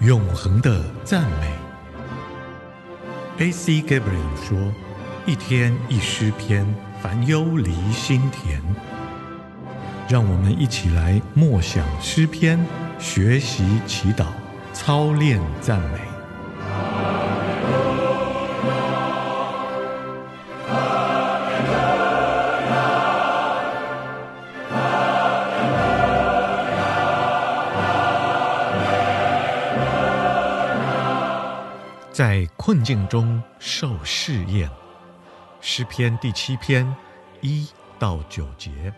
永恒的赞美。A.C. Gabriel 说：“一天一诗篇，烦忧离心田。”让我们一起来默想诗篇，学习祈祷，操练赞美。在困境中受试验，诗篇第7篇1到9节。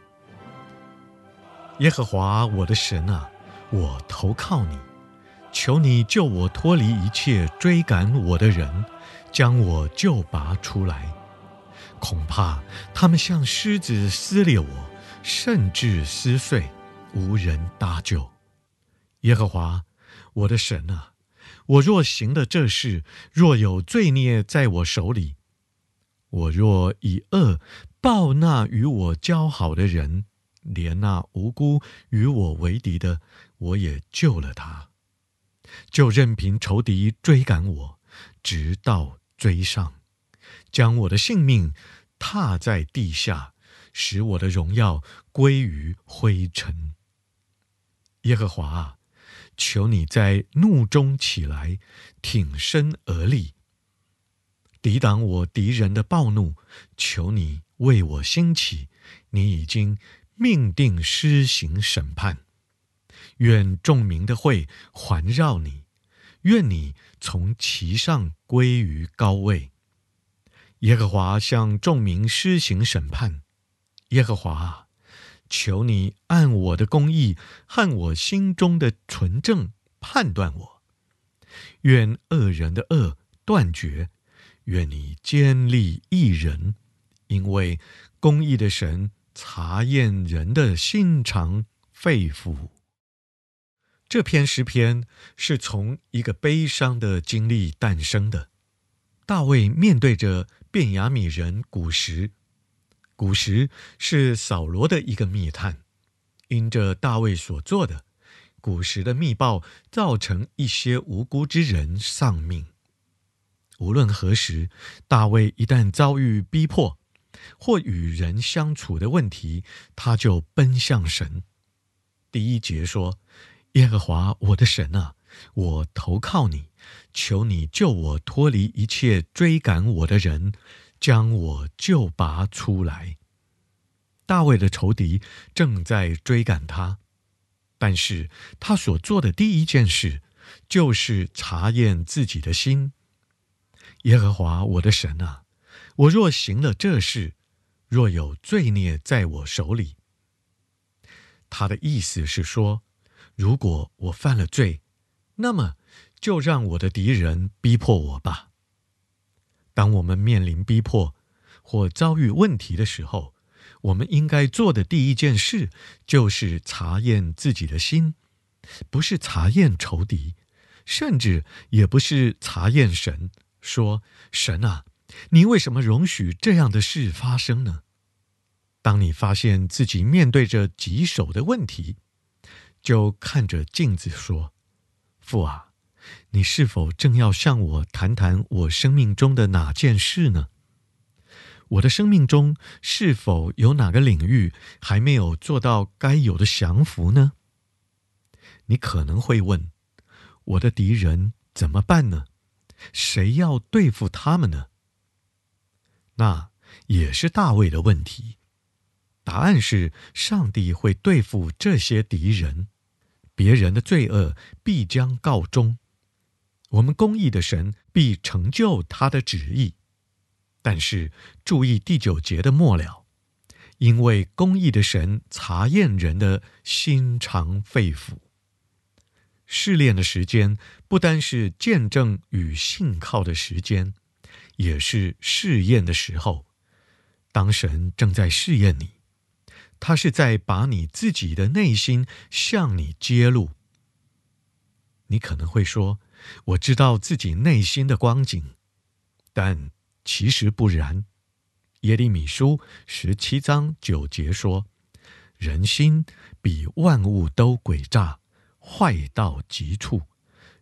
耶和华我的神啊，我投靠你，求你救我脱离一切追赶我的人，将我救拔出来。恐怕他们像狮子撕裂我，甚至撕碎，无人搭救。耶和华我的神啊，我若行了这事，若有罪孽在我手里，我若以恶报那与我交好的人，连那无辜与我为敌的，我也救了他，就任凭仇敌追赶我，直到追上，将我的性命踏在地下，使我的荣耀归于灰尘。耶和华啊，求你在怒中起来，挺身而立，抵挡我敌人的暴怒。求你为我兴起，你已经命定施行审判。愿众民的会环绕你，愿你从其上归于高位。耶和华向众民施行审判。耶和华啊，求你按我的公义和我心中的纯正判断我。愿恶人的恶断绝，愿你坚立义人，因为公义的神查验人的心肠肺腑。这篇诗篇是从一个悲伤的经历诞生的。大卫面对着便雅悯人古时，古时是扫罗的一个密探，因着大卫所做的，古时的密报造成一些无辜之人丧命。无论何时，大卫一旦遭遇逼迫或与人相处的问题，他就奔向神。第1节说：耶和华我的神啊，我投靠你，求你救我脱离一切追赶我的人，将我救拔出来。大卫的仇敌正在追赶他，但是他所做的第一件事就是查验自己的心。耶和华我的神啊，我若行了这事，若有罪孽在我手里。他的意思是说，如果我犯了罪，那么就让我的敌人逼迫我吧。当我们面临逼迫或遭遇问题的时候，我们应该做的第一件事就是查验自己的心，不是查验仇敌，甚至也不是查验神，说神啊，你为什么容许这样的事发生呢？当你发现自己面对着棘手的问题，就看着镜子说：父啊，你是否正要向我谈谈我生命中的哪件事呢？我的生命中是否有哪个领域还没有做到该有的降服呢？你可能会问，我的敌人怎么办呢？谁要对付他们呢？那也是大卫的问题。答案是上帝会对付这些敌人，别人的罪恶必将告终，我们公义的神必成就他的旨意。但是注意第9节的末了，因为公义的神查验人的心肠肺腑。试炼的时间不单是见证与信靠的时间，也是试验的时候。当神正在试验你，他是在把你自己的内心向你揭露。你可能会说，我知道自己内心的光景，但其实不然。耶利米书17章9节说，人心比万物都诡诈，坏到极处，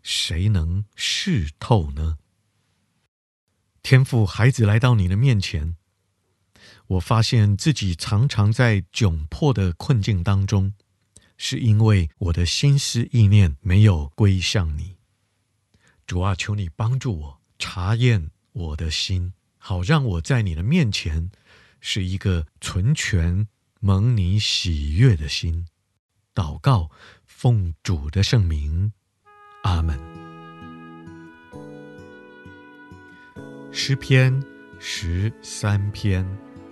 谁能识透呢？天父，孩子来到你的面前，我发现自己常常在窘迫的困境当中，是因为我的心思意念没有归向你。主啊，求你帮助我查验我的心，好让我在你的面前是一个纯全蒙你喜悦的心。祷告，奉主的圣名，阿们。诗篇13篇。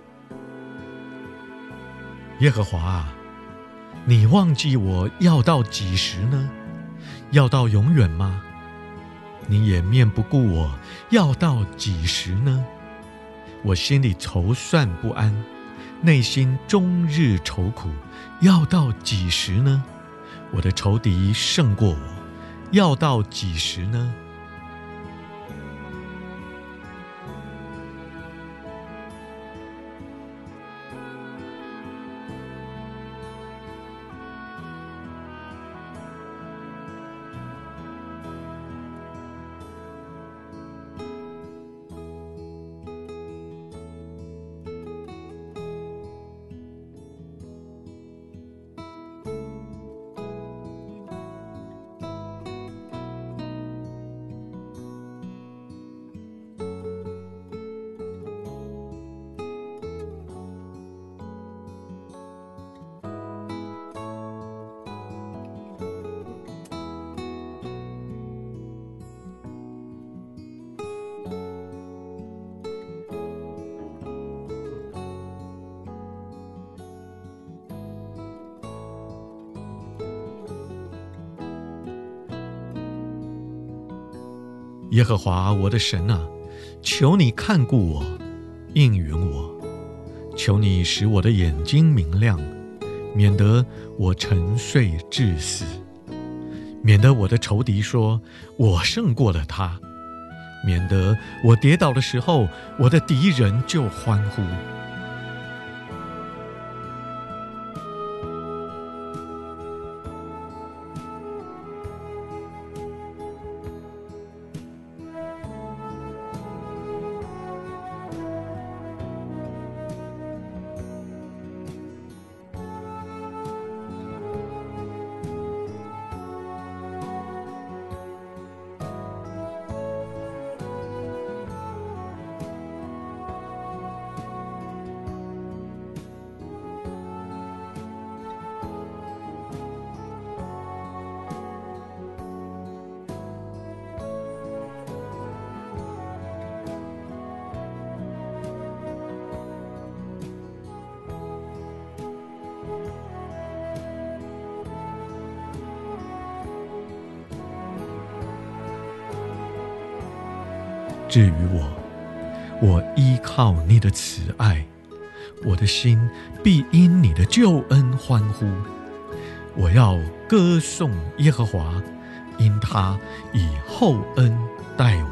耶和华啊，你忘记我要到几时呢？要到永远吗？你也面不顾我要到几时呢？我心里筹算不安，内心终日愁苦，要到几时呢？我的仇敌胜过我，要到几时呢？耶和华我的神啊，求你看顾我，应允我，求你使我的眼睛明亮，免得我沉睡致死，免得我的仇敌说我胜过了他，免得我跌倒的时候，我的敌人就欢呼。至于我依靠你的慈爱，我的心必因你的救恩欢呼。我要歌颂耶和华，因他以厚恩待我。